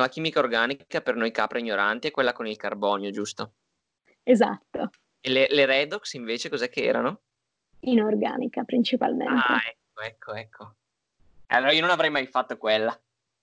la chimica organica per noi capre ignoranti è quella con il carbonio, giusto? Esatto. E le redox invece cos'è che erano? Inorganica principalmente. Ah, ecco. Allora io non avrei mai fatto quella.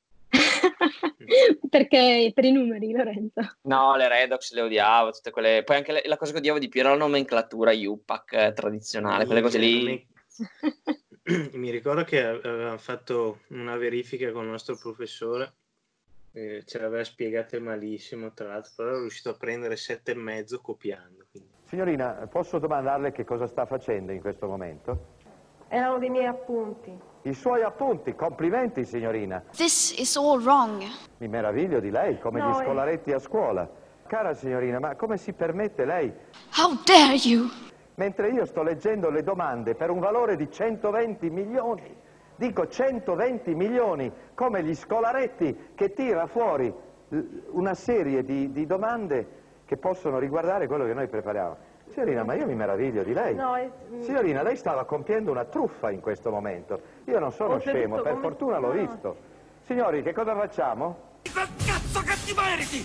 Perché per i numeri, Lorenzo? No, le redox le odiavo, tutte quelle. Poi anche la cosa che odiavo di più era la nomenclatura UPAC tradizionale, quelle cose lì. Mi ricordo che avevamo fatto una verifica con il nostro professore, ce l'aveva spiegate malissimo, tra l'altro, però ero riuscito a prendere 7,5 copiando. Quindi. Signorina, posso domandarle che cosa sta facendo in questo momento? Erano dei miei appunti. I suoi appunti, complimenti signorina. This is all wrong. Mi meraviglio di lei, come No, gli scolaretti a scuola. Cara signorina, ma come si permette lei? How dare you? Mentre io sto leggendo le domande per un valore di 120 milioni, dico 120 milioni, come gli scolaretti che tira fuori una serie di domande che possono riguardare quello che noi prepariamo. Signorina, ma io mi meraviglio di lei. No, Signorina, lei stava compiendo una truffa in questo momento. Io non sono scemo, per fortuna l'ho visto. Signori, che cosa facciamo? Cazzo che ti meriti!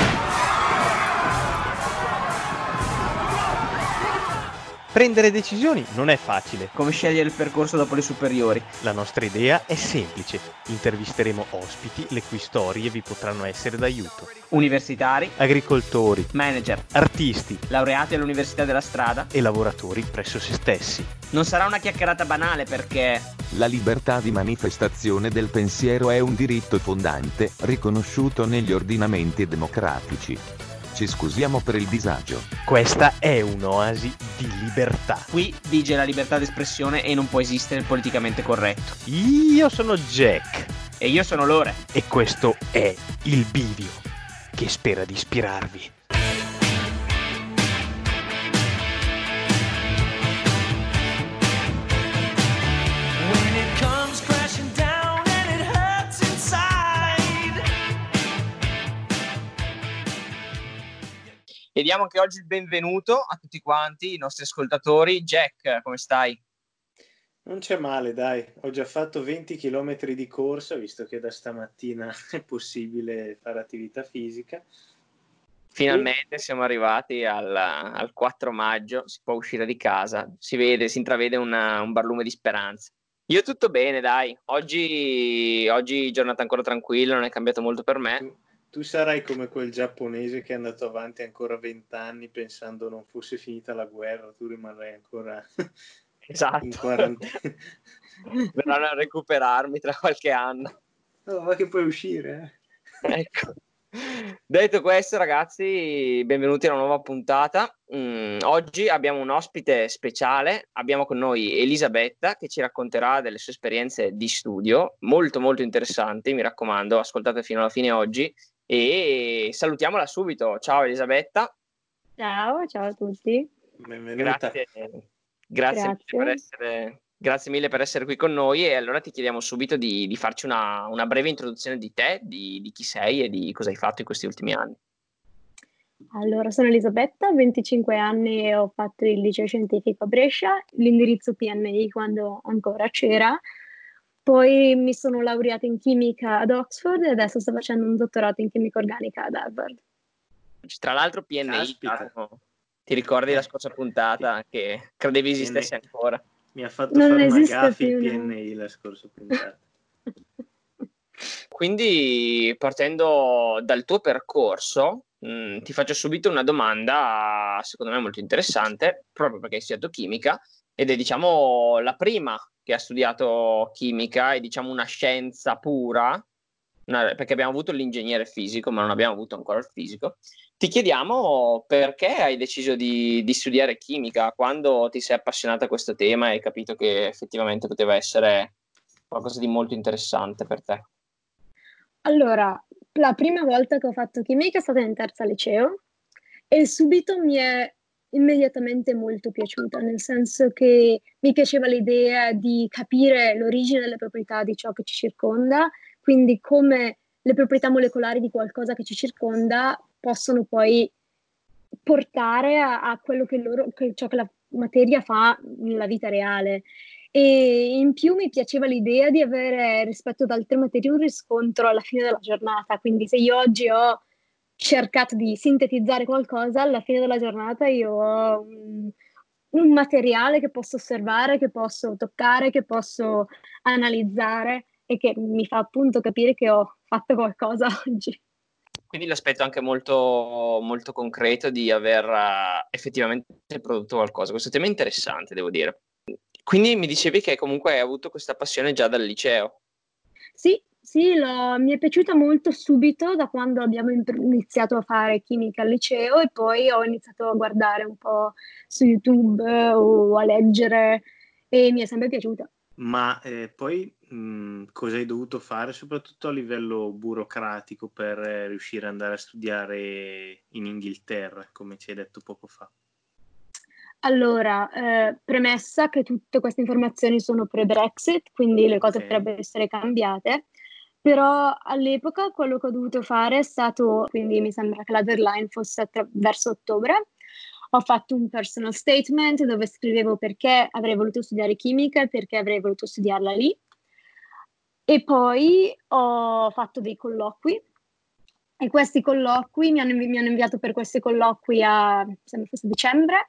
Prendere decisioni non è facile. Come scegliere il percorso dopo le superiori? La nostra idea è semplice. Intervisteremo ospiti le cui storie vi potranno essere d'aiuto. Universitari, Agricoltori, manager, artisti laureati all'università della strada. e lavoratori presso se stessi. Non sarà una chiacchierata banale perché La libertà di manifestazione del pensiero è un diritto fondante, riconosciuto negli ordinamenti democratici. Ci scusiamo per il disagio. Questa è un'oasi di libertà. qui vige la libertà d'espressione e non può esistere il politicamente corretto. Io sono Jack E io sono Lore. e questo è Il Bivio, che spera di ispirarvi. When it comes crashing down and it hurts inside. E diamo anche oggi il benvenuto a tutti quanti i nostri ascoltatori. Jack, come stai? Non c'è male, dai. Ho già fatto 20 km di corsa, visto che da stamattina è possibile fare attività fisica. Finalmente siamo arrivati al 4 maggio, si può uscire di casa, si intravede un barlume di speranza. Io tutto bene, dai. Oggi giornata ancora tranquilla, non è cambiato molto per me. Tu sarai come quel giapponese che è andato avanti ancora 20 anni pensando non fosse finita la guerra, tu rimarrai ancora Esatto. in quarantena. Verranno a recuperarmi tra qualche anno. No, ma che puoi uscire, Ecco. Detto questo, ragazzi, benvenuti a una nuova puntata. Oggi abbiamo un ospite speciale, abbiamo con noi Elisabetta che ci racconterà delle sue esperienze di studio, molto molto interessanti, mi raccomando, ascoltate fino alla fine oggi e salutiamola subito. Ciao Elisabetta. Ciao a tutti. Benvenuta. Grazie mille per essere qui con noi e allora ti chiediamo subito di farci una breve introduzione di te, di chi sei e di cosa hai fatto in questi ultimi anni. Allora, sono Elisabetta, 25 anni e ho fatto il liceo scientifico a Brescia, l'indirizzo PNI quando ancora c'era. Poi mi sono laureata in chimica ad Oxford e adesso sto facendo un dottorato in chimica organica ad Harvard. Tra l'altro PNI, ti ricordi la scorsa puntata che credevi esistesse ancora? Mi ha fatto Non fare una esiste gaffe il più, no. PNI la scorsa puntata. Quindi partendo dal tuo percorso, ti faccio subito una domanda secondo me molto interessante, proprio perché hai studiato chimica ed è diciamo la prima che ha studiato chimica, è diciamo una scienza pura, perché abbiamo avuto l'ingegnere fisico ma non abbiamo avuto ancora il fisico. Ti chiediamo perché hai deciso di studiare chimica, quando ti sei appassionata a questo tema e hai capito che effettivamente poteva essere qualcosa di molto interessante per te. Allora, la prima volta che ho fatto chimica è stata in terza liceo e subito mi è immediatamente molto piaciuta, nel senso che mi piaceva l'idea di capire l'origine delle proprietà di ciò che ci circonda, quindi come le proprietà molecolari di qualcosa che ci circonda possono poi portare a quello che ciò che la materia fa nella vita reale. E in più mi piaceva l'idea di avere rispetto ad altre materie un riscontro alla fine della giornata, quindi se io oggi ho cercato di sintetizzare qualcosa, alla fine della giornata io ho un materiale che posso osservare, che posso toccare, che posso analizzare e che mi fa appunto capire che ho fatto qualcosa oggi. Quindi l'aspetto anche molto, molto concreto di aver effettivamente prodotto qualcosa. Questo tema è interessante, devo dire. Quindi mi dicevi che comunque hai avuto questa passione già dal liceo. Sì, mi è piaciuta molto subito da quando abbiamo iniziato a fare chimica al liceo e poi ho iniziato a guardare un po' su YouTube o a leggere e mi è sempre piaciuta. Ma poi cosa hai dovuto fare, soprattutto a livello burocratico, per riuscire ad andare a studiare in Inghilterra, come ci hai detto poco fa? Allora, premessa che tutte queste informazioni sono pre-Brexit, quindi le cose Ok. potrebbero essere cambiate, però all'epoca quello che ho dovuto fare è stato, quindi mi sembra che la deadline fosse verso ottobre, ho fatto un personal statement dove scrivevo perché avrei voluto studiare chimica e perché avrei voluto studiarla lì. E poi ho fatto dei colloqui e questi colloqui mi hanno inviato per questi colloqui a, sembra fosse dicembre.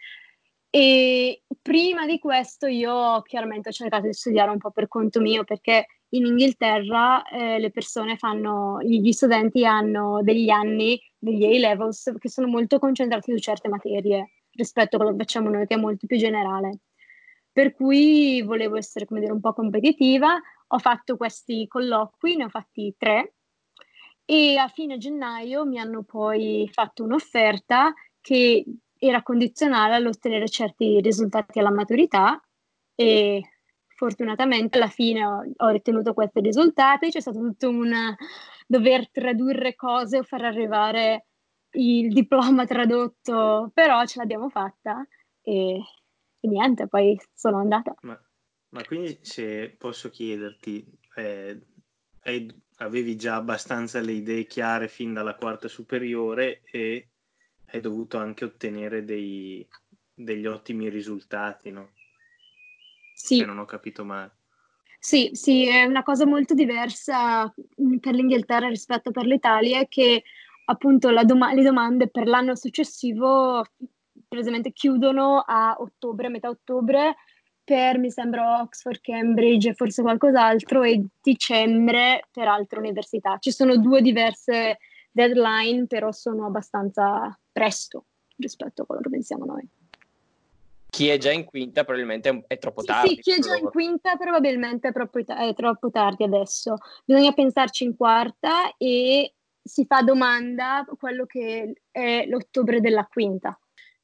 E prima di questo io chiaramente ho cercato di studiare un po' per conto mio perché in Inghilterra le persone gli studenti hanno degli anni, degli A-levels che sono molto concentrati su certe materie rispetto a quello che facciamo noi che è molto più generale. Per cui volevo essere, come dire, un po' competitiva, ho fatto questi colloqui, ne ho fatti 3 e a fine gennaio mi hanno poi fatto un'offerta che era condizionale all'ottenere certi risultati alla maturità e fortunatamente alla fine ho ottenuto questi risultati, c'è stato tutto un dover tradurre cose o far arrivare il diploma tradotto, però ce l'abbiamo fatta e niente, poi sono andata. Ma quindi, se posso chiederti, avevi già abbastanza le idee chiare fin dalla quarta superiore e hai dovuto anche ottenere degli ottimi risultati, no? Sì. Se non ho capito male. Sì, è una cosa molto diversa per l'Inghilterra rispetto per l'Italia, che appunto le domande per l'anno successivo praticamente chiudono a ottobre, metà ottobre, per mi sembra Oxford, Cambridge e forse qualcos'altro, e dicembre per altre università. Ci sono 2 diverse deadline, però sono abbastanza presto rispetto a quello che pensiamo noi. Chi è già in quinta probabilmente è troppo Sì, tardi. chi è già in quinta probabilmente è troppo tardi adesso. Bisogna pensarci in quarta e si fa domanda quello che è l'ottobre della quinta.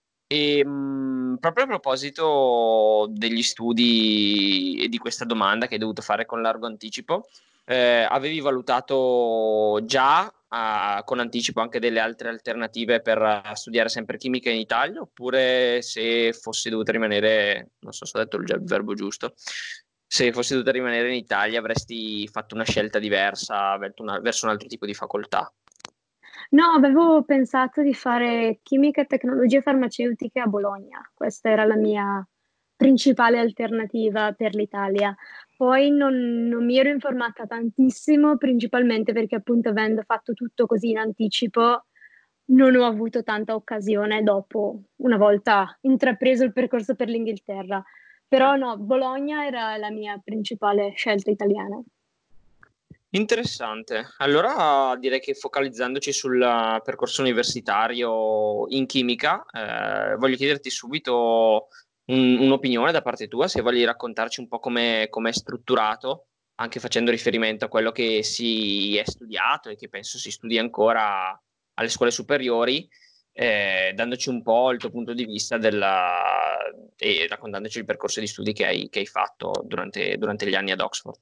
E proprio a proposito degli studi e di questa domanda che hai dovuto fare con largo anticipo, avevi valutato già con anticipo anche delle altre alternative per studiare sempre chimica in Italia, oppure se fossi dovuta rimanere, non so se ho detto il verbo giusto, se fossi dovuta rimanere in Italia avresti fatto una scelta diversa verso un altro tipo di facoltà? No, avevo pensato di fare chimica e tecnologie farmaceutiche a Bologna. Questa era la mia principale alternativa per l'Italia. Poi non mi ero informata tantissimo, principalmente perché appunto avendo fatto tutto così in anticipo, non ho avuto tanta occasione dopo, una volta intrapreso il percorso per l'Inghilterra. Però no, Bologna era la mia principale scelta italiana. Interessante. Allora direi che focalizzandoci sul percorso universitario in chimica, voglio chiederti subito un'opinione da parte tua, se voglio raccontarci un po' come è strutturato, anche facendo riferimento a quello che si è studiato e che penso si studi ancora alle scuole superiori, dandoci un po' il tuo punto di vista e raccontandoci il percorso di studi che hai fatto durante gli anni ad Oxford.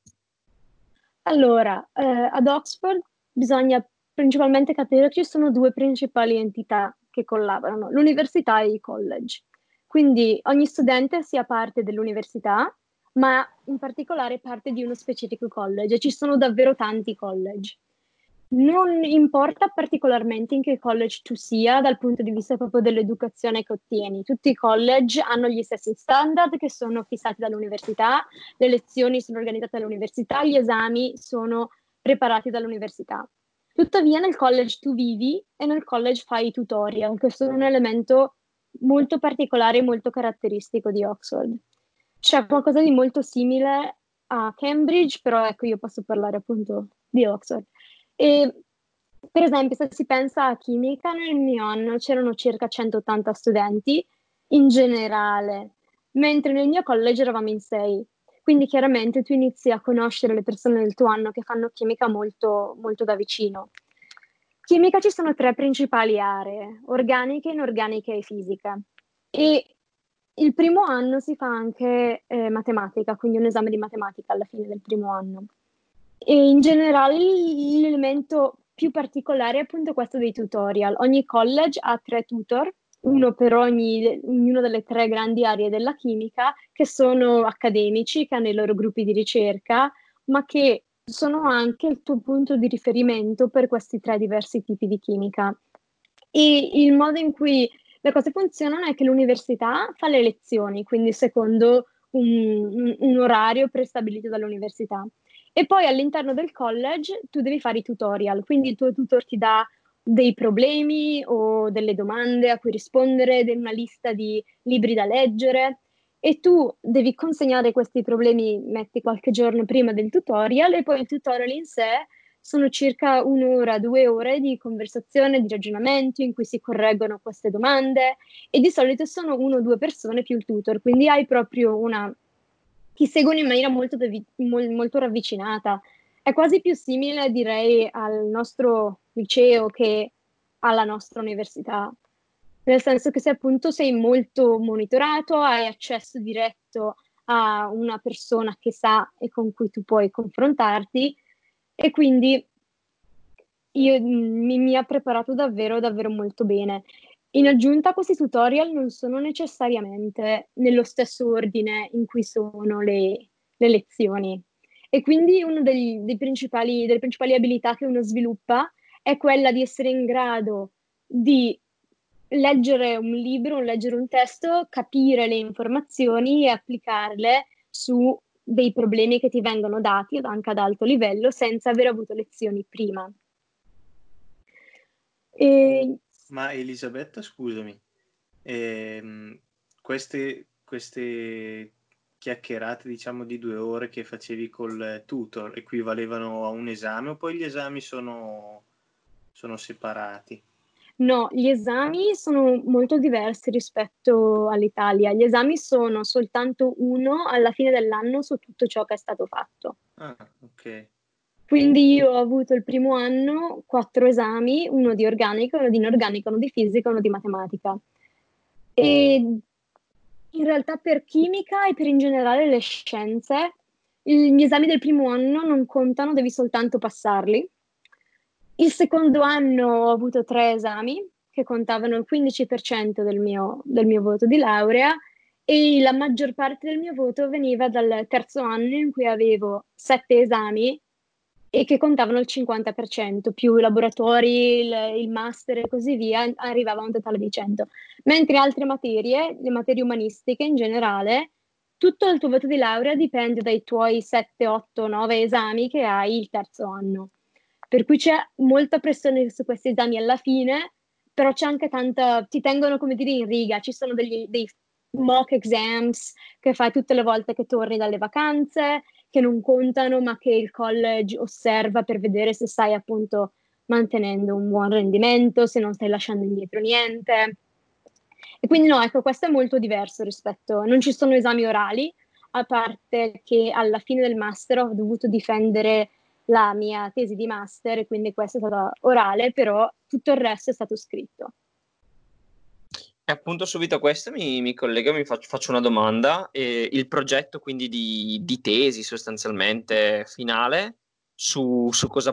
Allora, ad Oxford bisogna principalmente capire che ci sono 2 principali entità che collaborano, l'università e i college. Quindi ogni studente sia parte dell'università, ma in particolare parte di uno specifico college, e ci sono davvero tanti college. Non importa particolarmente in che college tu sia dal punto di vista proprio dell'educazione che ottieni. Tutti i college hanno gli stessi standard che sono fissati dall'università, le lezioni sono organizzate dall'università, gli esami sono preparati dall'università. Tuttavia nel college tu vivi e nel college fai i tutorial, che sono un elemento molto particolare e molto caratteristico di Oxford. C'è qualcosa di molto simile a Cambridge, però ecco, io posso parlare appunto di Oxford. E per esempio, se si pensa a chimica, nel mio anno c'erano circa 180 studenti in generale, mentre nel mio college eravamo in 6. Quindi chiaramente tu inizi a conoscere le persone del tuo anno che fanno chimica molto, molto da vicino. Chimica ci sono 3 principali aree: organica, inorganica e fisica. E il primo anno si fa anche matematica, quindi un esame di matematica alla fine del primo anno. E in generale l'elemento più particolare è appunto questo dei tutorial. Ogni college ha 3 tutor, uno per ognuna delle 3 grandi aree della chimica, che sono accademici, che hanno i loro gruppi di ricerca, ma che sono anche il tuo punto di riferimento per questi 3 diversi tipi di chimica. E il modo in cui le cose funzionano è che l'università fa le lezioni, quindi secondo un orario prestabilito dall'università. E poi all'interno del college tu devi fare i tutorial, quindi il tuo tutor ti dà dei problemi o delle domande a cui rispondere, una lista di libri da leggere, e tu devi consegnare questi problemi, metti qualche giorno prima del tutorial, e poi il tutorial in sé sono circa 1 ora, 2 ore di conversazione, di ragionamento in cui si correggono queste domande, e di solito sono 1 o 2 persone più il tutor, quindi hai proprio ti seguono in maniera molto ravvicinata. È quasi più simile, direi, al nostro liceo che alla nostra università, nel senso che se appunto sei molto monitorato, hai accesso diretto a una persona che sa e con cui tu puoi confrontarti, e quindi mi ha preparato davvero, davvero molto bene. In aggiunta, questi tutorial non sono necessariamente nello stesso ordine in cui sono le lezioni, e quindi una delle principali abilità che uno sviluppa è quella di essere in grado di leggere un libro, leggere un testo, capire le informazioni e applicarle su dei problemi che ti vengono dati anche ad alto livello senza aver avuto lezioni prima. Ma Elisabetta, scusami, queste chiacchierate, diciamo, di 2 ore che facevi col tutor equivalevano a un esame, o poi gli esami sono separati? No, gli esami sono molto diversi rispetto all'Italia. Gli esami sono soltanto uno alla fine dell'anno su tutto ciò che è stato fatto. Ah, ok. Quindi io ho avuto il primo anno 4 esami, uno di organica, uno di inorganica, uno di fisica, uno di matematica. E in realtà per chimica e per in generale le scienze, gli esami del primo anno non contano, devi soltanto passarli. Il secondo anno ho avuto 3 esami che contavano il 15% del mio voto di laurea, e la maggior parte del mio voto veniva dal terzo anno in cui avevo 7 esami e che contavano il 50%, più i laboratori, il master e così via, arrivava a un totale di 100. Mentre altre materie, le materie umanistiche in generale, tutto il tuo voto di laurea dipende dai tuoi 7, 8, 9 esami che hai il terzo anno. Per cui c'è molta pressione su questi esami alla fine, però c'è anche tanta, ti tengono, come dire, in riga. Ci sono dei mock exams che fai tutte le volte che torni dalle vacanze, che non contano, ma che il college osserva per vedere se stai appunto mantenendo un buon rendimento, se non stai lasciando indietro niente. E quindi no, ecco, questo è molto diverso rispetto, non ci sono esami orali, a parte che alla fine del master ho dovuto difendere la mia tesi di master, e quindi questa è stata orale, però tutto il resto è stato scritto. E appunto subito a questo mi collego, faccio una domanda. Il progetto quindi di tesi sostanzialmente finale su cosa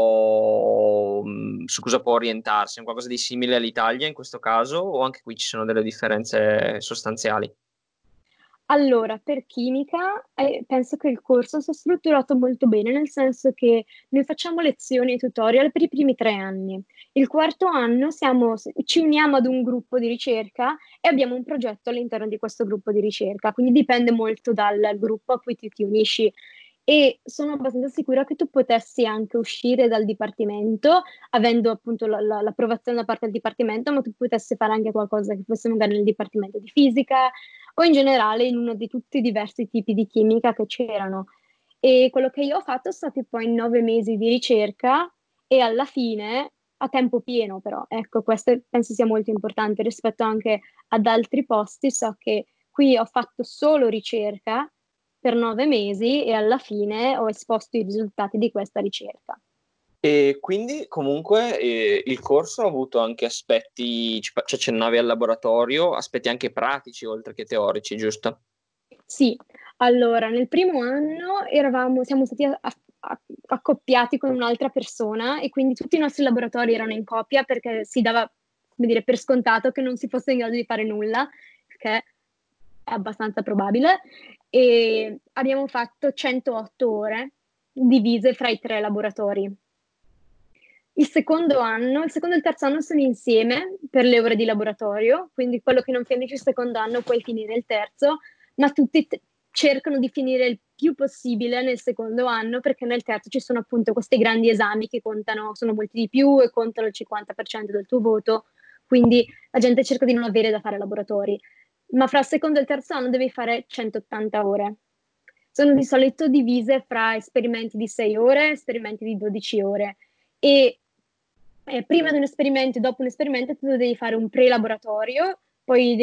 può orientarsi? È un qualcosa di simile all'Italia in questo caso, o anche qui ci sono delle differenze sostanziali? Allora, per chimica, penso che il corso sia strutturato molto bene, nel senso che noi facciamo lezioni e tutorial per i primi 3 anni. Il quarto anno ci uniamo ad un gruppo di ricerca e abbiamo un progetto all'interno di questo gruppo di ricerca, quindi dipende molto dal gruppo a cui ti unisci. E sono abbastanza sicura che tu potessi anche uscire dal dipartimento, avendo appunto l'approvazione da parte del dipartimento, ma tu potessi fare anche qualcosa che fosse magari nel dipartimento di fisica o in generale in uno di tutti i diversi tipi di chimica che c'erano. E quello che io ho fatto sono stati poi 9 mesi di ricerca e alla fine, a tempo pieno però, ecco, questo penso sia molto importante rispetto anche ad altri posti, so che qui ho fatto solo ricerca per 9 mesi e alla fine ho esposto i risultati di questa ricerca. E quindi comunque il corso ha avuto anche aspetti, ci accennavi al laboratorio, aspetti anche pratici oltre che teorici, giusto? Sì, allora nel primo anno siamo stati accoppiati con un'altra persona e quindi tutti i nostri laboratori erano in coppia perché si dava, come dire, per scontato che non si fosse in grado di fare nulla, che è abbastanza probabile, e abbiamo fatto 108 ore divise fra i 3 laboratori. Il secondo e il terzo anno sono insieme per le ore di laboratorio, quindi quello che non finisce il secondo anno puoi finire il terzo, ma tutti cercano di finire il più possibile nel secondo anno perché nel terzo ci sono appunto questi grandi esami che contano, sono molti di più e contano il 50% del tuo voto, quindi la gente cerca di non avere da fare laboratori. Ma fra il secondo e il terzo anno devi fare 180 ore. Sono di solito divise fra esperimenti di 6 ore e esperimenti di 12 ore. E prima di un esperimento e dopo un esperimento tu devi fare un pre-laboratorio, poi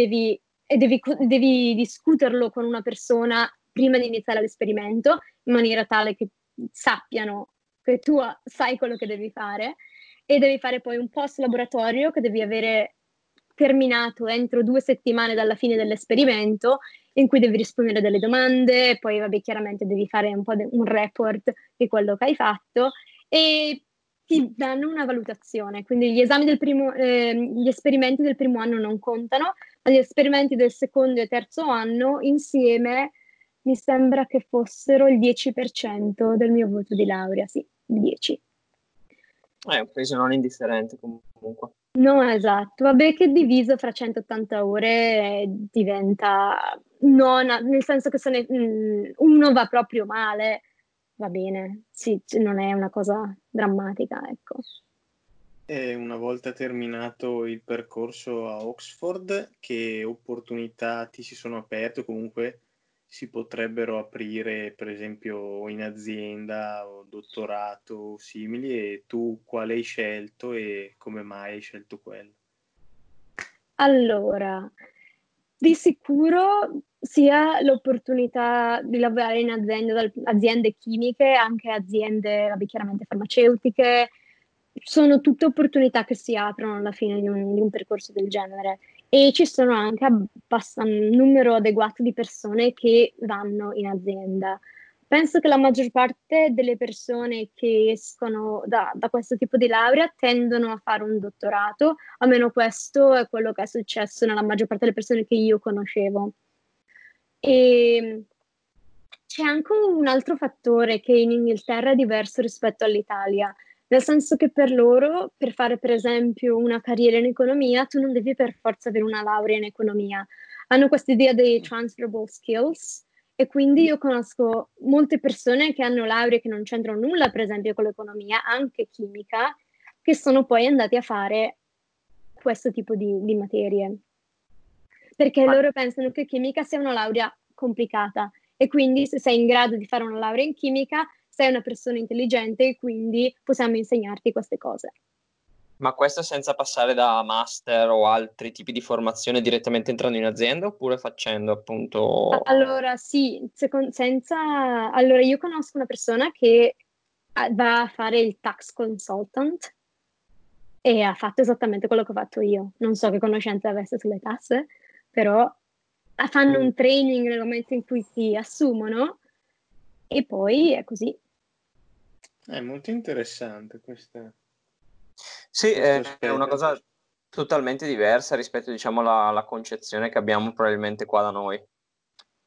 devi discuterlo con una persona prima di iniziare l'esperimento, in maniera tale che sappiano che tu sai quello che devi fare, e devi fare poi un post-laboratorio che devi avere terminato entro 2 settimane dalla fine dell'esperimento, in cui devi rispondere delle domande, poi vabbè chiaramente devi fare un po' un report di quello che hai fatto e ti danno una valutazione, quindi gli esperimenti del primo anno non contano, ma gli esperimenti del secondo e terzo anno insieme mi sembra che fossero il 10% del mio voto di laurea, sì, il 10. È un peso non indifferente comunque. No, esatto, vabbè che diviso fra 180 ore diventa, nel senso che se uno va proprio male, va bene, sì, non è una cosa drammatica, ecco. E una volta terminato il percorso a Oxford, che opportunità ti si sono aperte o comunque si potrebbero aprire, per esempio, in azienda o dottorato o simili, e tu quale hai scelto e come mai hai scelto quello? Allora, di sicuro sia l'opportunità di lavorare in aziende chimiche, anche aziende, vabbè, chiaramente farmaceutiche, sono tutte opportunità che si aprono alla fine di un percorso del genere e ci sono anche un numero adeguato di persone che vanno in azienda. Penso che la maggior parte delle persone che escono da questo tipo di laurea tendono a fare un dottorato, almeno questo è quello che è successo nella maggior parte delle persone che io conoscevo. E c'è anche un altro fattore che in Inghilterra è diverso rispetto all'Italia, nel senso che per loro, per fare per esempio una carriera in economia, tu non devi per forza avere una laurea in economia. Hanno questa idea dei transferable skills e quindi io conosco molte persone che hanno lauree che non c'entrano nulla, per esempio con l'economia, anche chimica, che sono poi andati a fare questo tipo di materie. Perché loro pensano che chimica sia una laurea complicata e quindi se sei in grado di fare una laurea in chimica sei una persona intelligente e quindi possiamo insegnarti queste cose. Ma questo senza passare da master o altri tipi di formazione, direttamente entrando in azienda oppure facendo appunto... Allora sì, allora io conosco una persona che va a fare il tax consultant e ha fatto esattamente quello che ho fatto io. Non so che conoscenze avesse sulle tasse, però fanno un training nel momento in cui ti assumono e poi è così. È molto interessante questa. Sì, questo è aspetto. una cosa totalmente diversa rispetto, diciamo, alla concezione che abbiamo probabilmente qua da noi.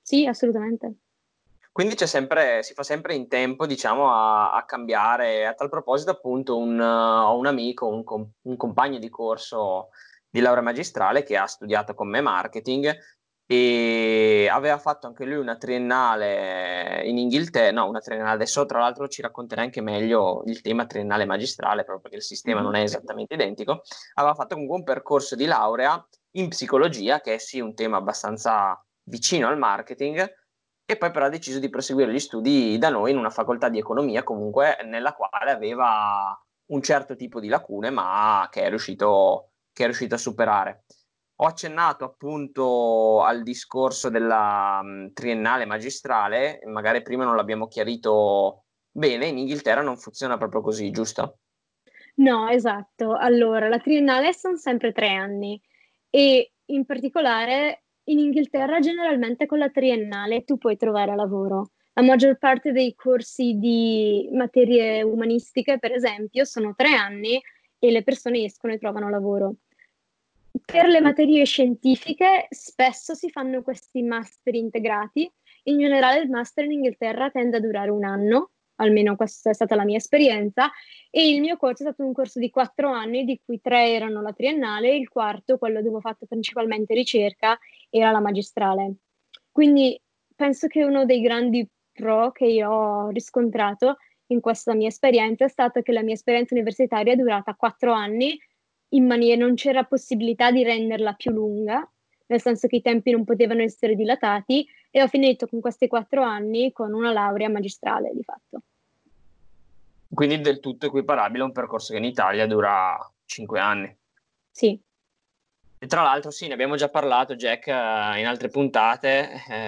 Sì, assolutamente. Quindi si fa sempre in tempo, diciamo, a cambiare. A tal proposito, appunto, ho un amico, un compagno di corso di laurea magistrale che ha studiato con me marketing e aveva fatto anche lui una triennale in Inghilterra, no, una triennale adesso, tra l'altro ci racconterai anche meglio il tema triennale magistrale, proprio perché il sistema non è esattamente identico. Aveva fatto comunque un percorso di laurea in psicologia, che è sì un tema abbastanza vicino al marketing, e poi però ha deciso di proseguire gli studi da noi in una facoltà di economia, comunque nella quale aveva un certo tipo di lacune, ma che è riuscito a superare. Ho accennato appunto al discorso della triennale magistrale, magari prima non l'abbiamo chiarito bene, in Inghilterra non funziona proprio così, giusto? No, esatto. Allora, la triennale sono sempre 3 anni e in particolare in Inghilterra generalmente con la triennale tu puoi trovare lavoro. La maggior parte dei corsi di materie umanistiche, per esempio, sono 3 anni e le persone escono e trovano lavoro. Per le materie scientifiche spesso si fanno questi master integrati. In generale il master in Inghilterra tende a durare 1 anno, almeno questa è stata la mia esperienza, e il mio corso è stato un corso di 4 anni, di cui 3 erano la triennale, e il quarto, quello dove ho fatto principalmente ricerca, era la magistrale. Quindi penso che uno dei grandi pro che io ho riscontrato in questa mia esperienza è stato che la mia esperienza universitaria è durata 4 anni non c'era possibilità di renderla più lunga, nel senso che i tempi non potevano essere dilatati, e ho finito con questi 4 anni con una laurea magistrale di fatto. Quindi del tutto equiparabile a un percorso che in Italia dura 5 anni. Sì. E tra l'altro sì, ne abbiamo già parlato, Jack, in altre puntate,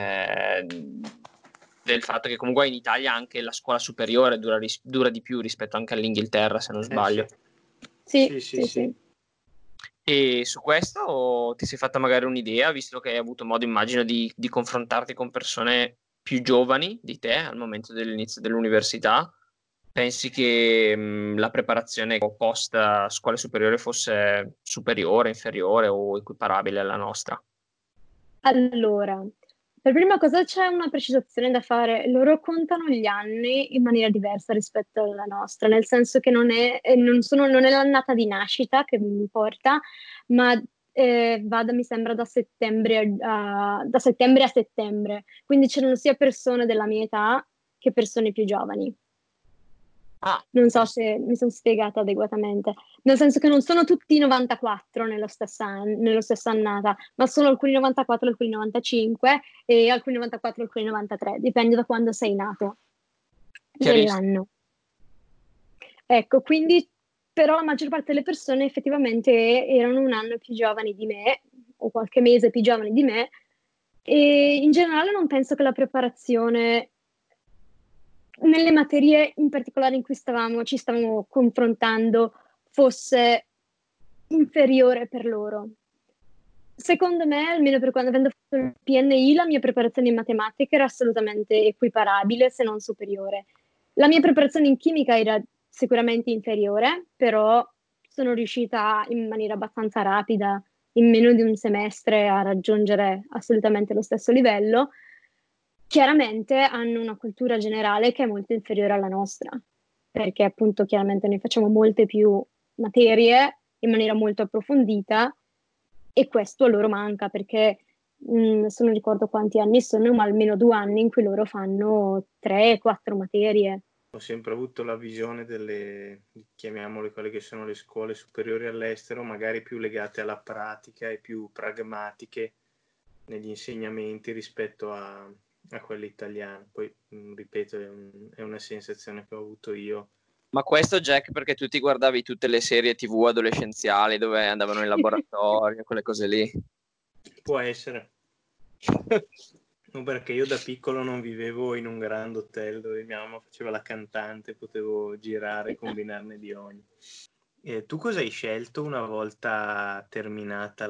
del fatto che comunque in Italia anche la scuola superiore dura di più rispetto anche all'Inghilterra, se non sbaglio. Sì. E su questo ti sei fatta magari un'idea, visto che hai avuto modo, immagino, di confrontarti con persone più giovani di te al momento dell'inizio dell'università? Pensi che la preparazione post scuola superiore fosse superiore, inferiore o equiparabile alla nostra? Allora, per prima cosa c'è una precisazione da fare. Loro contano gli anni in maniera diversa rispetto alla nostra, nel senso che non è l'annata di nascita che mi importa, ma mi sembra da settembre a settembre. Quindi c'erano sia persone della mia età che persone più giovani. Non so se mi sono spiegata adeguatamente, nel senso che non sono tutti 94 nello stessa annata, ma sono alcuni 94, alcuni 95 e alcuni 94, alcuni 93, dipende da quando sei nato dell'anno. Ecco, quindi però la maggior parte delle persone effettivamente erano un anno più giovani di me o qualche mese più giovani di me, e in generale non penso che la preparazione nelle materie in particolare in cui ci stavamo confrontando fosse inferiore per loro. Secondo me, almeno per quando avendo fatto il PNI, la mia preparazione in matematica era assolutamente equiparabile, se non superiore. La mia preparazione in chimica era sicuramente inferiore, però sono riuscita in maniera abbastanza rapida, in meno di un semestre, a raggiungere assolutamente lo stesso livello. Chiaramente hanno una cultura generale che è molto inferiore alla nostra, perché appunto chiaramente noi facciamo molte più materie in maniera molto approfondita e questo a loro manca, perché adesso non ricordo quanti anni sono, ma almeno 2 anni in cui loro fanno 3-4 materie. Ho sempre avuto la visione delle, chiamiamole quelle che sono le scuole superiori all'estero, magari più legate alla pratica e più pragmatiche negli insegnamenti rispetto a quelle italiane. Poi, ripeto, è una sensazione che ho avuto io. Ma questo, Jack, perché tu ti guardavi tutte le serie TV adolescenziali dove andavano in laboratorio, quelle cose lì? Può essere. No, perché io da piccolo non vivevo in un grande hotel dove mia mamma faceva la cantante, potevo girare e combinarne di ogni. Tu cosa hai scelto una volta terminata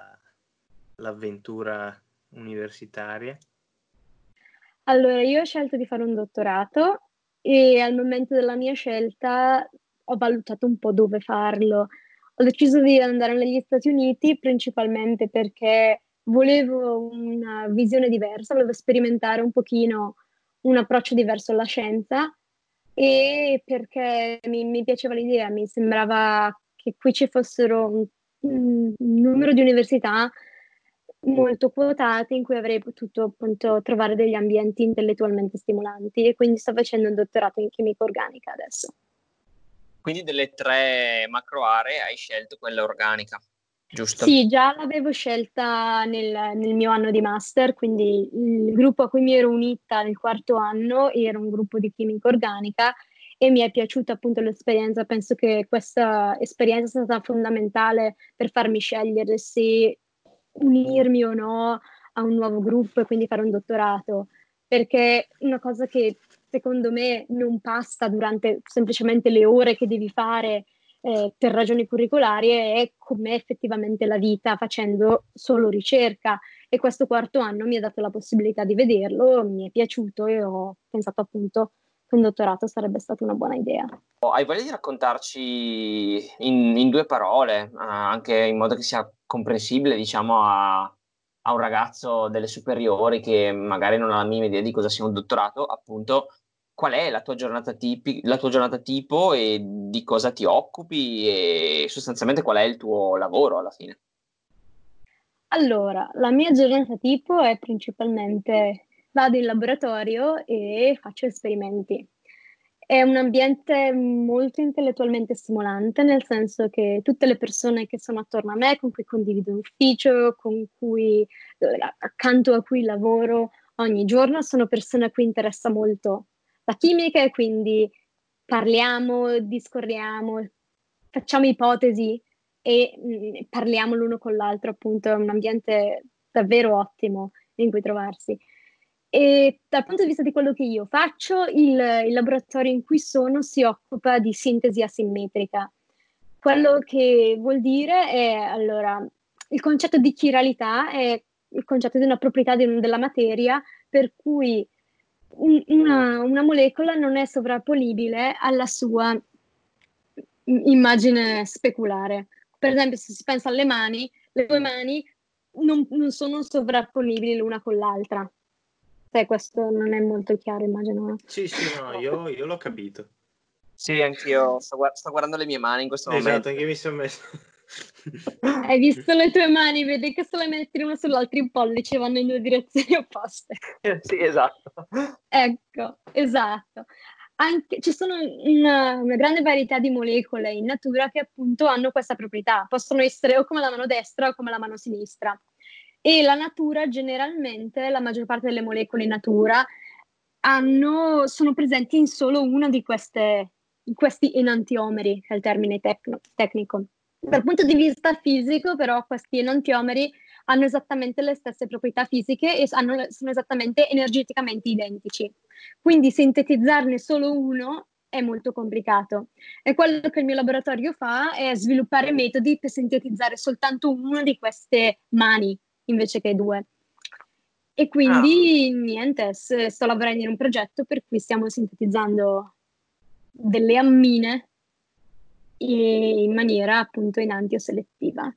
l'avventura universitaria? Allora, io ho scelto di fare un dottorato e al momento della mia scelta ho valutato un po' dove farlo. Ho deciso di andare negli Stati Uniti principalmente perché volevo una visione diversa, volevo sperimentare un pochino un approccio diverso alla scienza, e perché mi piaceva l'idea, mi sembrava che qui ci fossero un numero di università molto quotate in cui avrei potuto appunto trovare degli ambienti intellettualmente stimolanti, e quindi sto facendo un dottorato in chimica organica adesso. Quindi delle 3 macro aree hai scelto quella organica, giusto? Sì, già l'avevo scelta nel mio anno di master, quindi il gruppo a cui mi ero unita nel 4º anno era un gruppo di chimica organica, e mi è piaciuta appunto l'esperienza. Penso che questa esperienza sia stata fondamentale per farmi scegliere se unirmi o no a un nuovo gruppo e quindi fare un dottorato, perché una cosa che secondo me non passa durante semplicemente le ore che devi fare per ragioni curricolari è com'è effettivamente la vita facendo solo ricerca, e questo 4º anno mi ha dato la possibilità di vederlo, mi è piaciuto e ho pensato appunto che un dottorato sarebbe stata una buona idea. Hai voglia di raccontarci in 2 parole, anche in modo che sia comprensibile, diciamo, a un ragazzo delle superiori che magari non ha la minima idea di cosa sia un dottorato, appunto, qual è la tua giornata tipo e di cosa ti occupi e sostanzialmente qual è il tuo lavoro alla fine? Allora, la mia giornata tipo è principalmente vado in laboratorio e faccio esperimenti. È un ambiente molto intellettualmente stimolante, nel senso che tutte le persone che sono attorno a me, con cui condivido un ufficio, accanto a cui lavoro ogni giorno, sono persone a cui interessa molto la chimica, e quindi parliamo, discorriamo, facciamo ipotesi e parliamo l'uno con l'altro, appunto. È un ambiente davvero ottimo in cui trovarsi. E dal punto di vista di quello che io faccio, il laboratorio in cui sono si occupa di sintesi asimmetrica. Quello che vuol dire è, allora, il concetto di chiralità è il concetto di una proprietà della materia per cui una molecola non è sovrapponibile alla sua immagine speculare. Per esempio, se si pensa alle mani, le 2 mani non sono sovrapponibili l'una con l'altra. Questo non è molto chiaro, immagino. Sì, no, io l'ho capito. Sì, anch'io sto guardando le mie mani in questo momento. Esatto, anche mi sono messo... Hai visto le tue mani? Vedi che se le metti una sull'altra i pollici vanno in 2 direzioni opposte. Sì, esatto. Ecco, esatto. Ci sono una grande varietà di molecole in natura che appunto hanno questa proprietà. Possono essere o come la mano destra o come la mano sinistra. E la natura, generalmente, la maggior parte delle molecole in natura sono presenti in solo una di questi enantiomeri, che è il termine tecnico. Dal punto di vista fisico, però, questi enantiomeri hanno esattamente le stesse proprietà fisiche e sono esattamente energeticamente identici. Quindi sintetizzarne solo uno è molto complicato. E quello che il mio laboratorio fa è sviluppare metodi per sintetizzare soltanto una di queste mani invece che 2. E quindi niente, sto lavorando in un progetto per cui stiamo sintetizzando delle ammine in maniera appunto enantioselettiva.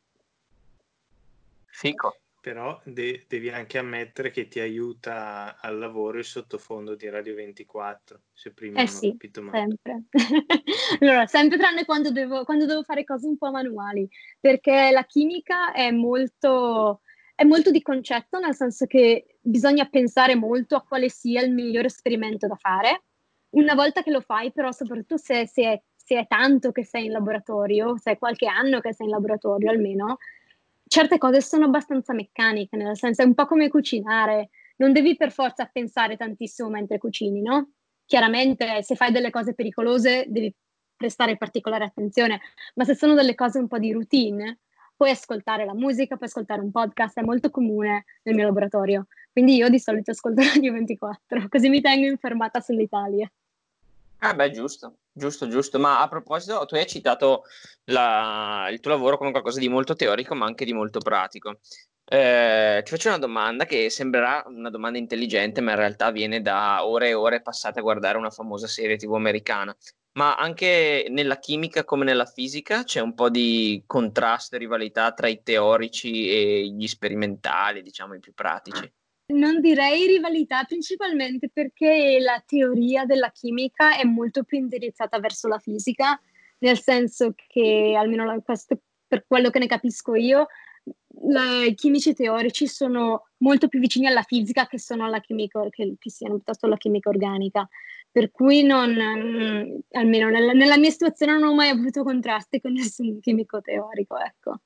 Fico. Però devi anche ammettere che ti aiuta al lavoro il sottofondo di Radio 24, se prima non ho Sì, capito male. sempre. Allora, sempre tranne quando devo fare cose un po' manuali, perché la chimica è molto di concetto, nel senso che bisogna pensare molto a quale sia il migliore esperimento da fare. Una volta che lo fai, però, soprattutto se è tanto che sei in laboratorio, se è qualche anno che sei in laboratorio almeno, certe cose sono abbastanza meccaniche, nel senso è un po' come cucinare, non devi per forza pensare tantissimo mentre cucini, no? Chiaramente se fai delle cose pericolose devi prestare particolare attenzione, ma se sono delle cose un po' di routine, puoi ascoltare la musica, puoi ascoltare un podcast, è molto comune nel mio laboratorio, quindi io di solito ascolto Radio 24, così mi tengo informata sull'Italia. Beh, giusto. Ma a proposito, tu hai citato il tuo lavoro come qualcosa di molto teorico, ma anche di molto pratico. Ti faccio una domanda che sembrerà una domanda intelligente, ma in realtà viene da ore e ore passate a guardare una famosa serie TV americana. Ma anche nella chimica come nella fisica c'è un po' di contrasto e rivalità tra i teorici e gli sperimentali, diciamo i più pratici. Non direi rivalità, principalmente perché la teoria della chimica è molto più indirizzata verso la fisica, nel senso che, almeno questo, per quello che ne capisco io, i chimici teorici sono molto più vicini alla fisica che sono alla chimica, che siano piuttosto alla chimica organica. Per cui almeno nella mia situazione non ho mai avuto contrasti con nessun chimico teorico, ecco.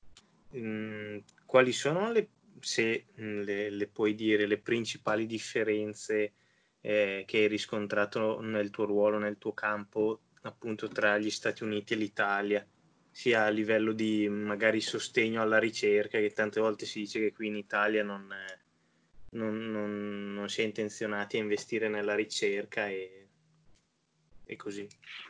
Quali sono se le puoi dire, le principali differenze che hai riscontrato nel tuo ruolo, nel tuo campo, appunto tra gli Stati Uniti e l'Italia, sia a livello di magari sostegno alla ricerca, che tante volte si dice che qui in Italia non si è intenzionati a investire nella ricerca e così.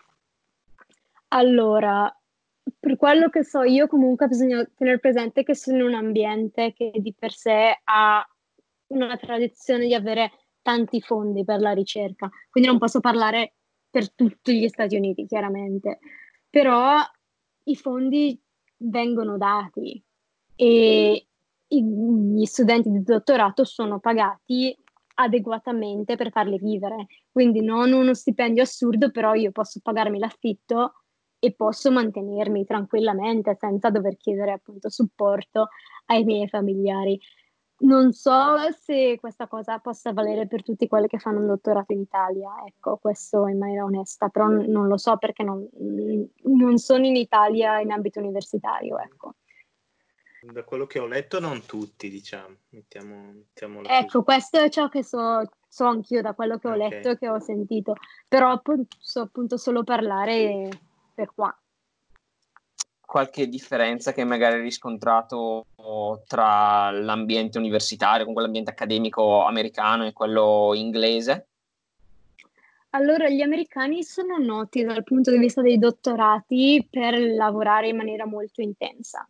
Allora, per quello che so io, comunque bisogna tenere presente che sono in un ambiente che di per sé ha una tradizione di avere tanti fondi per la ricerca, quindi non posso parlare per tutti gli Stati Uniti, chiaramente, però i fondi vengono dati e gli studenti di dottorato sono pagati adeguatamente per farli vivere, quindi non uno stipendio assurdo, però io posso pagarmi l'affitto e posso mantenermi tranquillamente senza dover chiedere appunto supporto ai miei familiari. Non so se questa cosa possa valere per tutti quelli che fanno un dottorato in Italia, ecco, questo in maniera onesta, però non lo so perché non sono in Italia in ambito universitario, ecco. Da quello che ho letto non tutti, diciamo, mettiamola Ecco, così. questo è ciò che so anch'io da quello che ho letto e che ho sentito, però so appunto solo parlare per qua. Qualche differenza che magari hai riscontrato tra l'ambiente universitario, con l'ambiente accademico americano e quello inglese? Allora, gli americani sono noti dal punto di vista dei dottorati per lavorare in maniera molto intensa.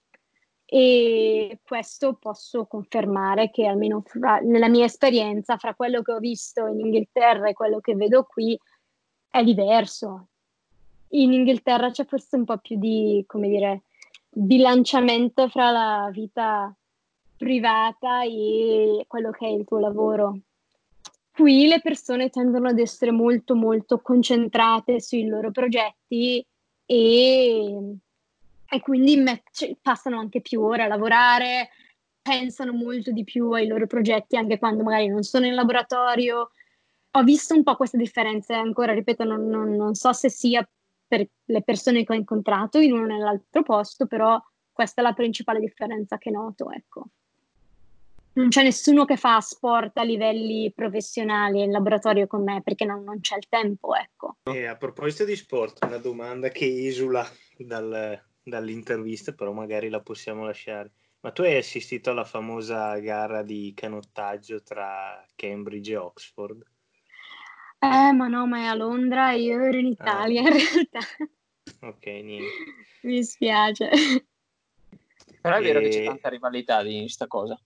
E questo posso confermare che almeno nella mia esperienza, fra quello che ho visto in Inghilterra e quello che vedo qui, è diverso. In Inghilterra c'è forse un po' più di, come dire, bilanciamento fra la vita privata e quello che è il tuo lavoro. Qui le persone tendono ad essere molto molto concentrate sui loro progetti e quindi passano anche più ore a lavorare, pensano molto di più ai loro progetti anche quando magari non sono in laboratorio. Ho visto un po' queste differenze, ancora ripeto, non so se sia per le persone che ho incontrato in uno o nell'altro posto, però questa è la principale differenza che noto, ecco. Non c'è nessuno che fa sport a livelli professionali in laboratorio con me perché non c'è il tempo, ecco. E a proposito di sport, una domanda che esula dall'intervista, però magari la possiamo lasciare. Ma tu hai assistito alla famosa gara di canottaggio tra Cambridge e Oxford? Ma no, ma è a Londra e io ero in Italia in realtà. Ok, niente. Mi spiace. Però è vero che c'è tanta rivalità di sta cosa.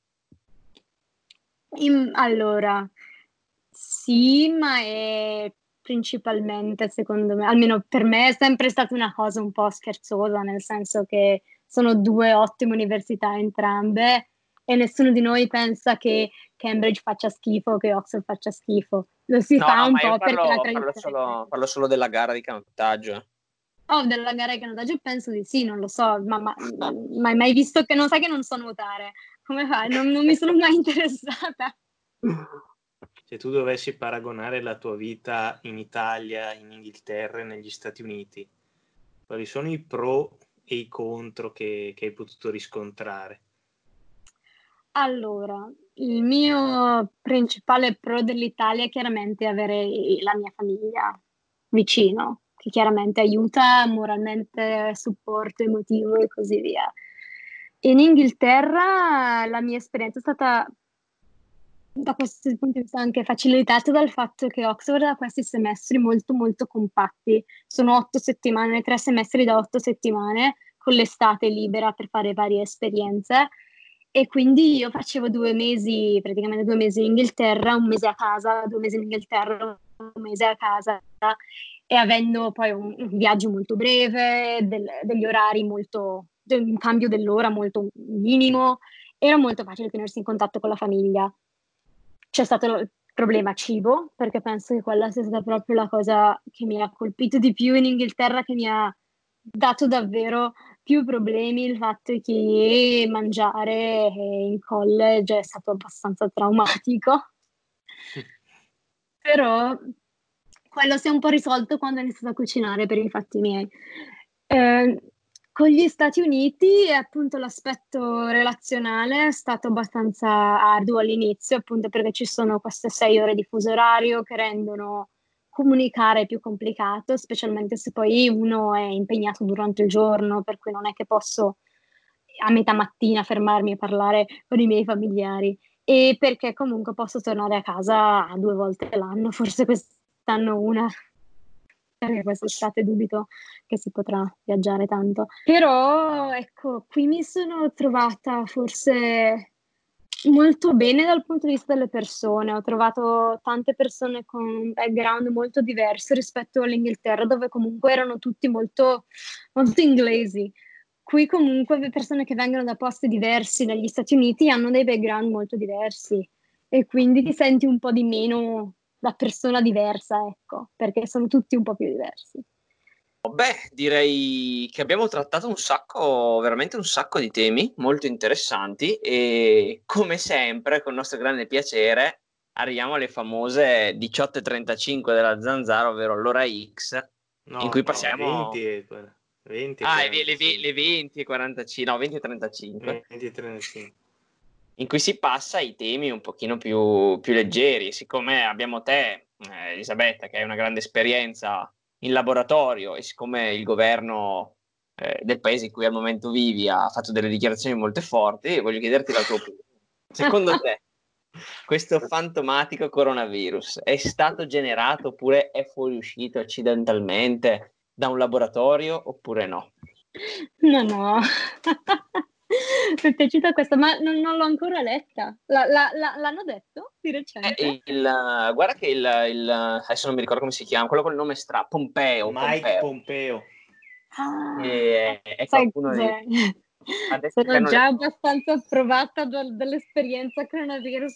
Allora, sì, ma è principalmente, secondo me, almeno per me, è sempre stata una cosa un po' scherzosa, nel senso che sono due ottime università entrambe e nessuno di noi pensa che Cambridge faccia schifo o che Oxford faccia schifo. Lo si fa un po' perché la tradizione. Parlo solo della gara di canottaggio. Oh, della gara di canottaggio penso di sì, non lo so, ma hai mai visto che non sai che non so nuotare? Come fai? Non mi sono mai interessata. Se tu dovessi paragonare la tua vita in Italia, in Inghilterra e negli Stati Uniti, quali sono i pro e i contro che hai potuto riscontrare? Allora, il mio principale pro dell'Italia è chiaramente avere la mia famiglia vicino, che chiaramente aiuta moralmente, supporto emotivo e così via. In Inghilterra la mia esperienza è stata, da questo punto di vista, anche facilitata dal fatto che Oxford ha questi semestri molto molto compatti. Sono 8 settimane, 3 semestri da 8 settimane, con l'estate libera per fare varie esperienze. E quindi io facevo 2 mesi, praticamente 2 mesi in Inghilterra, 1 mese a casa, 2 mesi in Inghilterra, 1 mese a casa. e avendo poi un viaggio molto breve, degli orari un cambio dell'ora molto minimo, era molto facile tenersi in contatto con la famiglia. C'è stato il problema cibo, perché penso che quella sia stata proprio la cosa che mi ha colpito di più in Inghilterra, che mi ha dato davvero più problemi, il fatto che mangiare in college è stato abbastanza traumatico. Però quello si è un po' risolto quando ho iniziato a cucinare per i fatti miei. Con gli Stati Uniti, appunto, l'aspetto relazionale è stato abbastanza arduo all'inizio, appunto perché ci sono queste 6 ore di fuso orario che rendono comunicare più complicato, specialmente se poi uno è impegnato durante il giorno, per cui non è che posso a metà mattina fermarmi e parlare con i miei familiari. E perché comunque posso tornare a casa 2 volte l'anno, forse quest'anno una, perché quest'estate dubito che si potrà viaggiare tanto. Però ecco, qui mi sono trovata forse molto bene dal punto di vista delle persone. Ho trovato tante persone con un background molto diverso rispetto all'Inghilterra, dove comunque erano tutti molto, molto inglesi. Qui comunque le persone che vengono da posti diversi negli Stati Uniti hanno dei background molto diversi e quindi ti senti un po' di meno da persona diversa, ecco, perché sono tutti un po' più diversi. Beh, direi che abbiamo trattato veramente un sacco di temi molto interessanti e come sempre, con nostro grande piacere, arriviamo alle famose 18:35 della Zanzara, ovvero l'ora X, in cui passiamo... 20 le 20:45, no, 20:35. 20:35. In cui si passa ai temi un pochino più leggeri. Siccome abbiamo te, Elisabetta, che hai una grande esperienza in laboratorio, e siccome il governo del paese in cui al momento vivi ha fatto delle dichiarazioni molto forti, voglio chiederti la tua opinione. Secondo te questo fantomatico coronavirus è stato generato oppure è fuoriuscito accidentalmente da un laboratorio oppure no? No. Mi è piaciuta questa, ma non l'ho ancora letta. L'hanno detto di recente? Guarda che adesso non mi ricordo come si chiama, quello con il nome Pompeo. Mike Pompeo. È Sai qualcuno cos'è? ha detto che Sono hanno già abbastanza provata dall'esperienza coronavirus.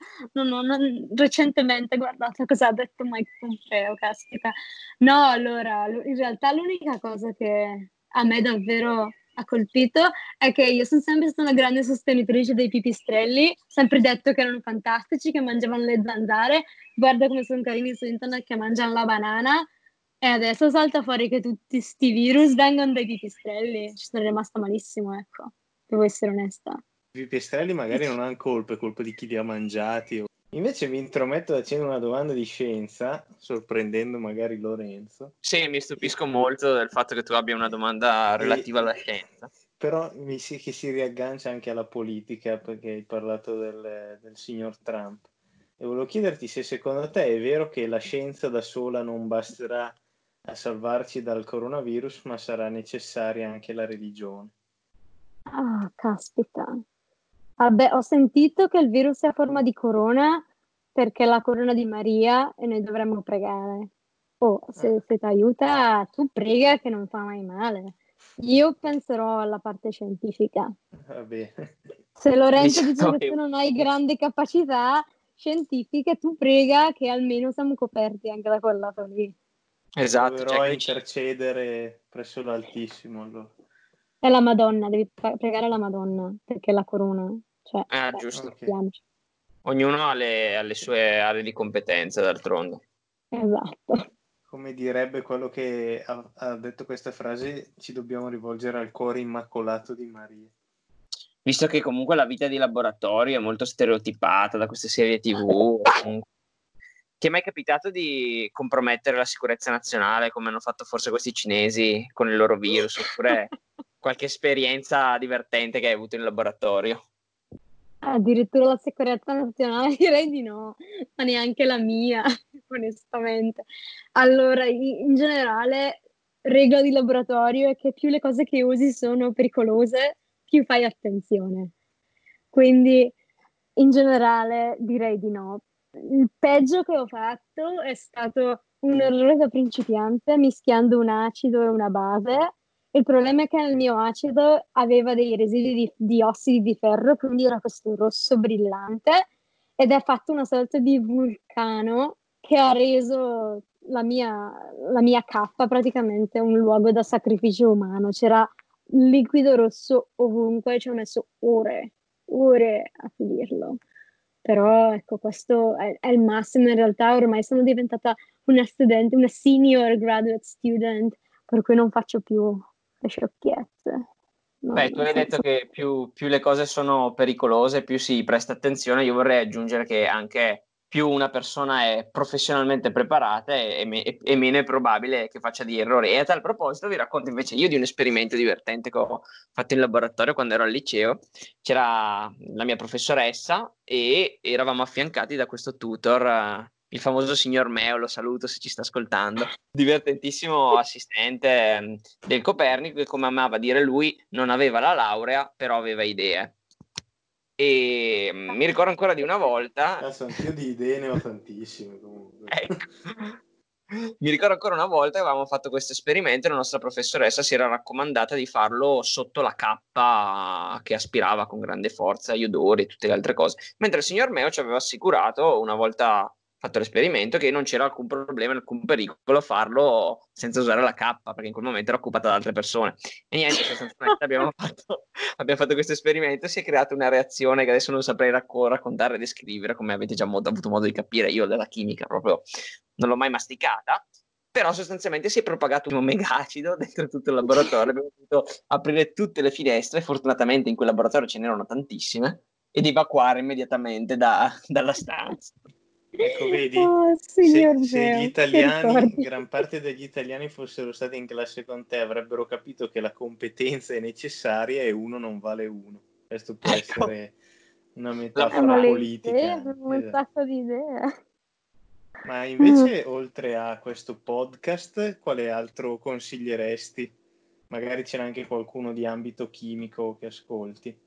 Non recentemente guardate cosa ha detto Mike Pompeo, caspita. No, allora, in realtà l'unica cosa che a me davvero ha colpito è che io sono sempre stata una grande sostenitrice dei pipistrelli, sempre detto che erano fantastici, che mangiavano le zanzare. Guarda come sono carini su internet che mangiano la banana. E adesso salta fuori che tutti sti virus vengono dai pipistrelli. Ci sono rimasta malissimo, ecco. Devo essere onesta. I pipistrelli magari non hanno colpa, è colpa di chi li ha mangiati. Invece mi intrometto facendo una domanda di scienza, sorprendendo magari Lorenzo. Sì, mi stupisco molto del fatto che tu abbia una domanda relativa alla scienza. Però che si riaggancia anche alla politica, perché hai parlato del signor Trump. E volevo chiederti se secondo te è vero che la scienza da sola non basterà a salvarci dal coronavirus, ma sarà necessaria anche la religione. Ah, caspita. Vabbè, ho sentito che il virus è a forma di corona perché è la corona di Maria e noi dovremmo pregare. Oh, se ti aiuta, tu prega che non fa mai male. Io penserò alla parte scientifica. Va bene. Se Lorenzo dice Diciamo che che- tu non hai grandi capacità scientifiche, tu prega che almeno siamo coperti anche da quel lato lì. Esatto, Proverò a cioè, intercedere presso l'Altissimo allora. È la Madonna, devi pregare la Madonna perché è la corona. Cioè, giusto. Ok. capiamoci. Ognuno ha le sue aree di competenza, d'altronde. Esatto. Come direbbe quello che ha detto questa frase, ci dobbiamo rivolgere al cuore immacolato di Maria. Visto che comunque la vita di laboratorio è molto stereotipata da queste serie TV, ti è mai capitato di compromettere la sicurezza nazionale come hanno fatto forse questi cinesi con il loro virus, oppure qualche esperienza divertente che hai avuto in laboratorio? Addirittura la sicurezza nazionale direi di no, ma neanche la mia, onestamente. Allora, in generale, regola di laboratorio è che più le cose che usi sono pericolose, più fai attenzione. Quindi, in generale, direi di no. il peggio che ho fatto è stato un errore da principiante mischiando un acido e una base. Il problema è che il mio acido aveva dei residui di ossidi di ferro, quindi era questo rosso brillante ed è fatto una sorta di vulcano che ha reso la mia cappa praticamente un luogo da sacrificio umano. C'era liquido rosso ovunque, ci ho messo ore a pulirlo. Però ecco, questo è il massimo in realtà. Ormai sono diventata una studente, una senior graduate student, per cui non faccio più le sciocchezze. Beh, tu hai detto che più le cose sono pericolose, più si presta attenzione. Io vorrei aggiungere che anche più una persona è professionalmente preparata e meno è probabile che faccia degli errori. E a tal proposito vi racconto invece io di un esperimento divertente che ho fatto in laboratorio quando ero al liceo. C'era la mia professoressa e eravamo affiancati da questo tutor, il famoso signor Meo, lo saluto se ci sta ascoltando, divertentissimo assistente del Copernico, che, come amava dire lui, non aveva la laurea, però aveva idee. E mi ricordo ancora di una volta. Cazzo, anch'io di idee ne ho tantissime comunque. Ecco. Mi ricordo ancora una volta che avevamo fatto questo esperimento e la nostra professoressa si era raccomandata di farlo sotto la cappa che aspirava con grande forza gli odori e tutte le altre cose, mentre il signor Meo ci aveva assicurato, una volta fatto l'esperimento, che non c'era alcun problema, alcun pericolo a farlo senza usare la cappa, perché in quel momento era occupata da altre persone. E niente, sostanzialmente abbiamo fatto questo esperimento, si è creata una reazione che adesso non saprei raccontare e descrivere, come avete già avuto modo di capire. Io della chimica proprio non l'ho mai masticata, però sostanzialmente si è propagato un mega acido dentro tutto il laboratorio. Abbiamo dovuto aprire tutte le finestre, fortunatamente in quel laboratorio ce n'erano tantissime, ed evacuare immediatamente dalla stanza. Ecco, vedi, signor se Meo, gli che italiani, ricordi. gran parte degli italiani fossero stati in classe con te, avrebbero capito che la competenza è necessaria e uno non vale uno. Questo può essere una metafora Ma le politica. idee, un Esatto. sacco di idee. Ma invece, oltre a questo podcast, quale altro consiglieresti? Magari c'era anche qualcuno di ambito chimico che ascolti.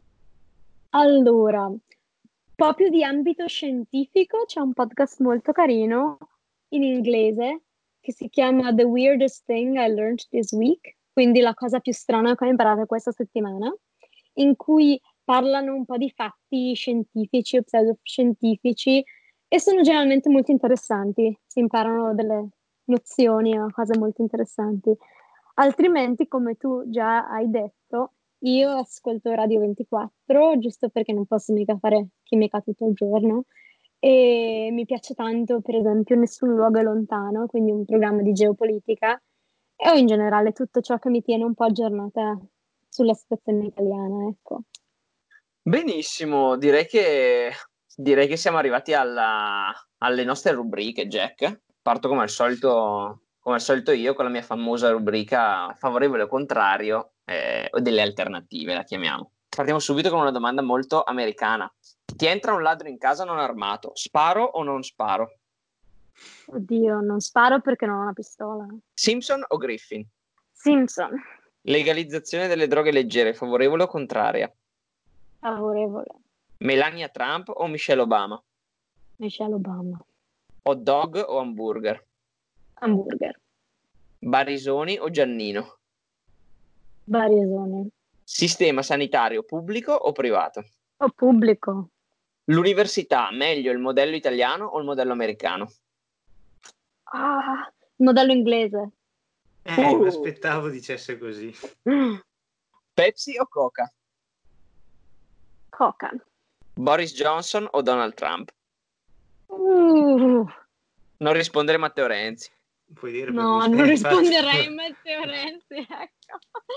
Allora, proprio di ambito scientifico c'è un podcast molto carino in inglese che si chiama The Weirdest Thing I Learned This Week, quindi la cosa più strana che ho imparato questa settimana, in cui parlano un po' di fatti scientifici o pseudoscientifici e sono generalmente molto interessanti, si imparano delle nozioni o cose molto interessanti. Altrimenti, come tu già hai detto, io ascolto Radio 24, giusto perché non posso mica fare chimica tutto il giorno, e mi piace tanto, per esempio, Nessun luogo è lontano, quindi un programma di geopolitica, o in generale tutto ciò che mi tiene un po' aggiornata sulla situazione italiana, ecco. Benissimo, direi che siamo arrivati alle nostre rubriche, Jack. Parto come al solito io con la mia famosa rubrica favorevole o contrario, o delle alternative, la chiamiamo. Partiamo subito con una domanda molto americana. Ti entra un ladro in casa non armato, sparo o non sparo? Oddio, non sparo perché non ho una pistola. Simpson o Griffin? Simpson, Legalizzazione delle droghe leggere, favorevole o contraria? favorevole. Melania Trump o Michelle Obama? Michelle Obama. Hot dog o hamburger? Hamburger. Barisoni o Giannino? Barisoni. Sistema sanitario pubblico o privato? O pubblico. L'università, meglio il modello italiano o il modello americano? Il modello inglese. Mi aspettavo dicesse così. Pepsi o Coca? Coca. Boris Johnson o Donald Trump? Non rispondere Matteo Renzi. Puoi dire No, per cui- non infatti- risponderei a Matteo Renzi, ecco.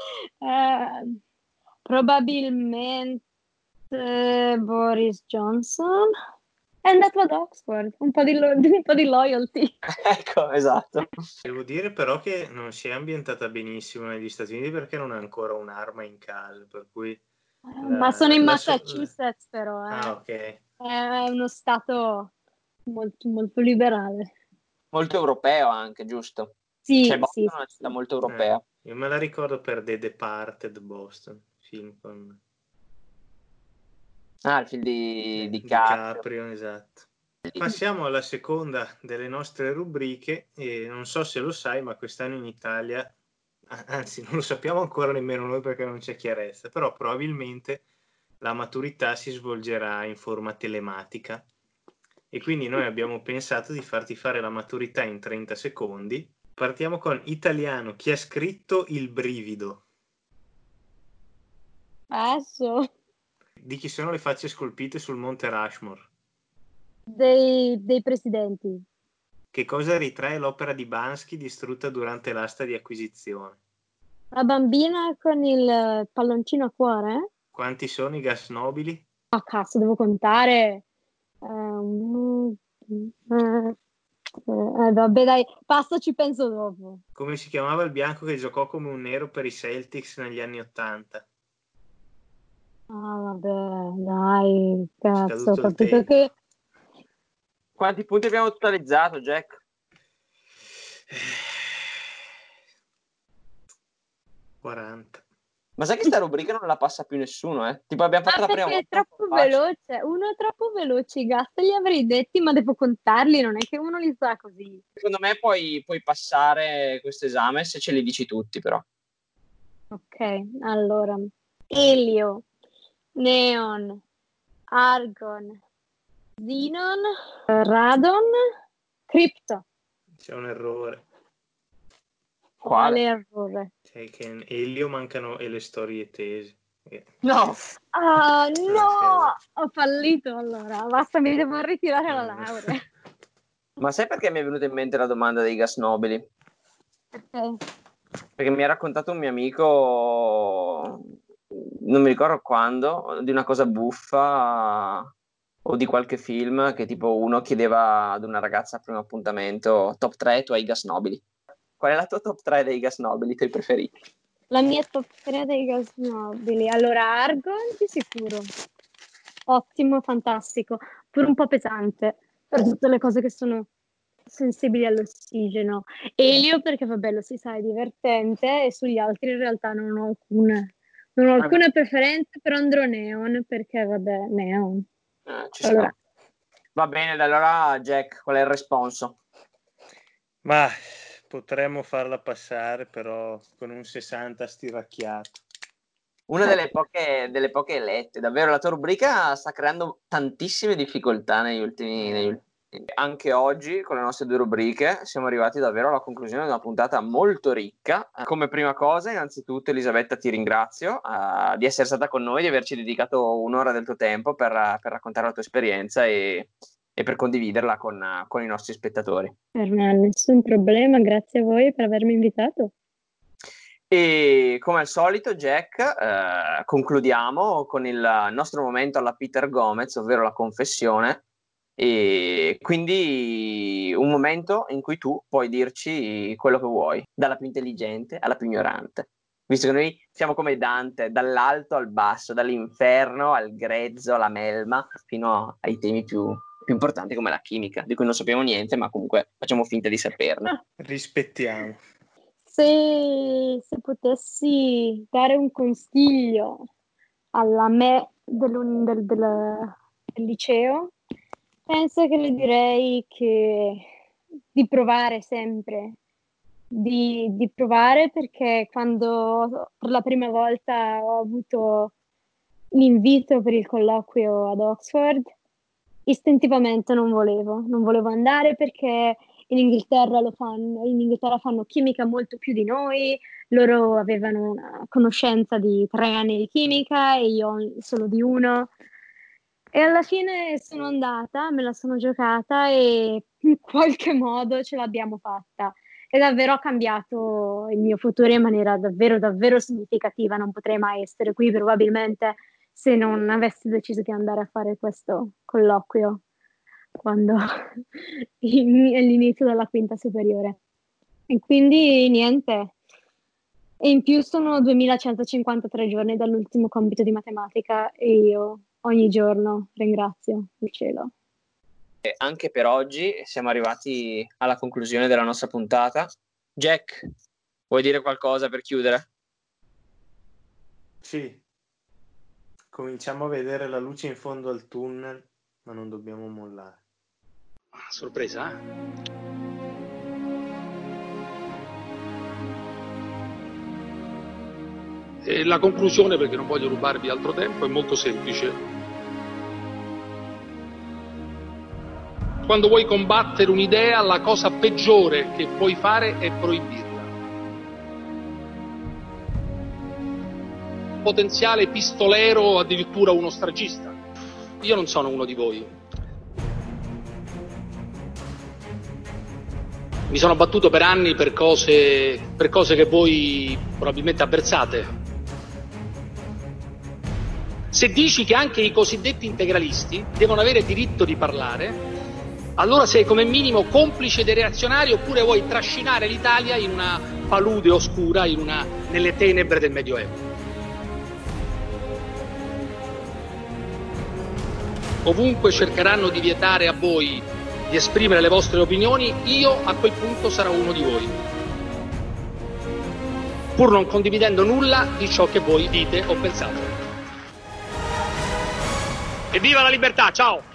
Probabilmente Boris Johnson. È andato ad Oxford, un po' di loyalty. Ecco, esatto. Devo dire però che non si è ambientata benissimo negli Stati Uniti perché non ha ancora un'arma in casa, per cui... Ma sono in Massachusetts però, Ah, ok. È uno stato molto, molto liberale. Molto europeo anche, giusto? Sì, Cioè, Boston sì, è una città sì. molto europea. Io me la ricordo per The Departed Boston, film con Ah, il film di DiCaprio, DiCaprio. esatto. Passiamo alla seconda delle nostre rubriche e non so se lo sai, ma quest'anno in Italia, anzi non lo sappiamo ancora nemmeno noi perché non c'è chiarezza, però probabilmente la maturità si svolgerà in forma telematica e quindi noi abbiamo pensato di farti fare la maturità in 30 secondi. Partiamo con italiano. Chi ha scritto Il brivido? Adesso Di chi sono le facce scolpite sul Monte Rushmore? dei presidenti. Che cosa ritrae l'opera di Bansky distrutta durante l'asta di acquisizione? La bambina con il palloncino a cuore? Quanti sono i gas nobili? Ah, cazzo, devo contare. Vabbè, dai, passo, ci penso dopo. Come si chiamava il bianco che giocò come un nero per i Celtics negli anni '80? Ah, vabbè, dai, cazzo, ho Scaduto il capito tempo. che... Quanti punti abbiamo totalizzato, Jack? 40. Ma sai che sta rubrica non la passa più nessuno, eh? Tipo abbiamo fatto Ma la prima perché è volta. troppo veloce, uno è troppo veloce, i gas li avrei detti, ma devo contarli, non è che uno li sa così. Secondo me puoi passare questo esame se ce li dici tutti, però. Ok, allora, elio, neon, argon, xenon, radon, cripto. C'è un errore. Quale Quale? errore? Cioè che in Elio mancano e le storie tese. No! Ah, scherzo. no! Ho fallito allora, basta, mi devo ritirare la laurea. Ma sai perché mi è venuta in mente la domanda dei gas nobili? Perché? Perché mi ha raccontato un mio amico, non mi ricordo quando, di una cosa buffa o di qualche film che tipo uno chiedeva ad una ragazza al primo appuntamento top 3 tu hai gas nobili. Qual è la tua top 3 dei gas nobili, i tuoi preferiti? La mia top 3 dei gas nobili. Allora, argon di sicuro. Ottimo, fantastico. Pure un po' pesante per tutte le cose che sono sensibili all'ossigeno. Elio perché vabbè, lo si sa, è divertente e sugli altri in realtà non ho alcune. Non ho alcune preferenze, però andrò neon perché vabbè, neon. Ci Allora, sta. Va bene, allora Jack, qual è il responso? Ma potremmo farla passare però con un 60 stiracchiato. Una delle poche elette, davvero la tua rubrica sta creando tantissime difficoltà negli ultimi. Anche oggi con le nostre due rubriche siamo arrivati davvero alla conclusione di una puntata molto ricca. Come prima cosa, innanzitutto Elisabetta ti ringrazio di essere stata con noi, di averci dedicato un'ora del tuo tempo per raccontare la tua esperienza e per condividerla con i nostri spettatori. per me nessun problema, grazie a voi per avermi invitato. E come al solito, Jack, concludiamo con il nostro momento alla Peter Gomez, ovvero la confessione. E quindi un momento in cui tu puoi dirci quello che vuoi, dalla più intelligente alla più ignorante. Visto che noi siamo come Dante, dall'alto al basso, dall'inferno al grezzo, alla melma, fino ai temi più importanti come la chimica, di cui non sappiamo niente, ma comunque facciamo finta di saperne. Rispettiamo. Se potessi dare un consiglio alla me del liceo, penso che le direi che di provare sempre, di provare perché quando per la prima volta ho avuto l'invito per il colloquio ad Oxford, istintivamente non volevo andare perché in Inghilterra fanno chimica molto più di noi, loro avevano una conoscenza di 3 anni di chimica e io solo di 1. E alla fine sono andata, me la sono giocata e in qualche modo ce l'abbiamo fatta. E davvero ha cambiato il mio futuro in maniera davvero, davvero significativa. Non potrei mai essere qui probabilmente se non avessi deciso di andare a fare questo colloquio quando all'inizio della quinta superiore. E quindi niente. E in più sono 2153 giorni dall'ultimo compito di matematica e io ogni giorno ringrazio il cielo. E anche per oggi siamo arrivati alla conclusione della nostra puntata. Jack, vuoi dire qualcosa per chiudere? Sì. Cominciamo a vedere la luce in fondo al tunnel, ma non dobbiamo mollare. Sorpresa, E la conclusione, perché non voglio rubarvi altro tempo, è molto semplice. Quando vuoi combattere un'idea, la cosa peggiore che puoi fare è proibirla. Potenziale pistolero o addirittura uno stragista. Io non sono uno di voi. Mi sono battuto per anni per cose che voi probabilmente avversate. Se dici che anche i cosiddetti integralisti devono avere diritto di parlare, allora sei come minimo complice dei reazionari, oppure vuoi trascinare l'Italia in una palude oscura, nelle tenebre del Medioevo. Ovunque cercheranno di vietare a voi di esprimere le vostre opinioni, io a quel punto sarò uno di voi, pur non condividendo nulla di ciò che voi dite o pensate. Evviva la libertà, ciao!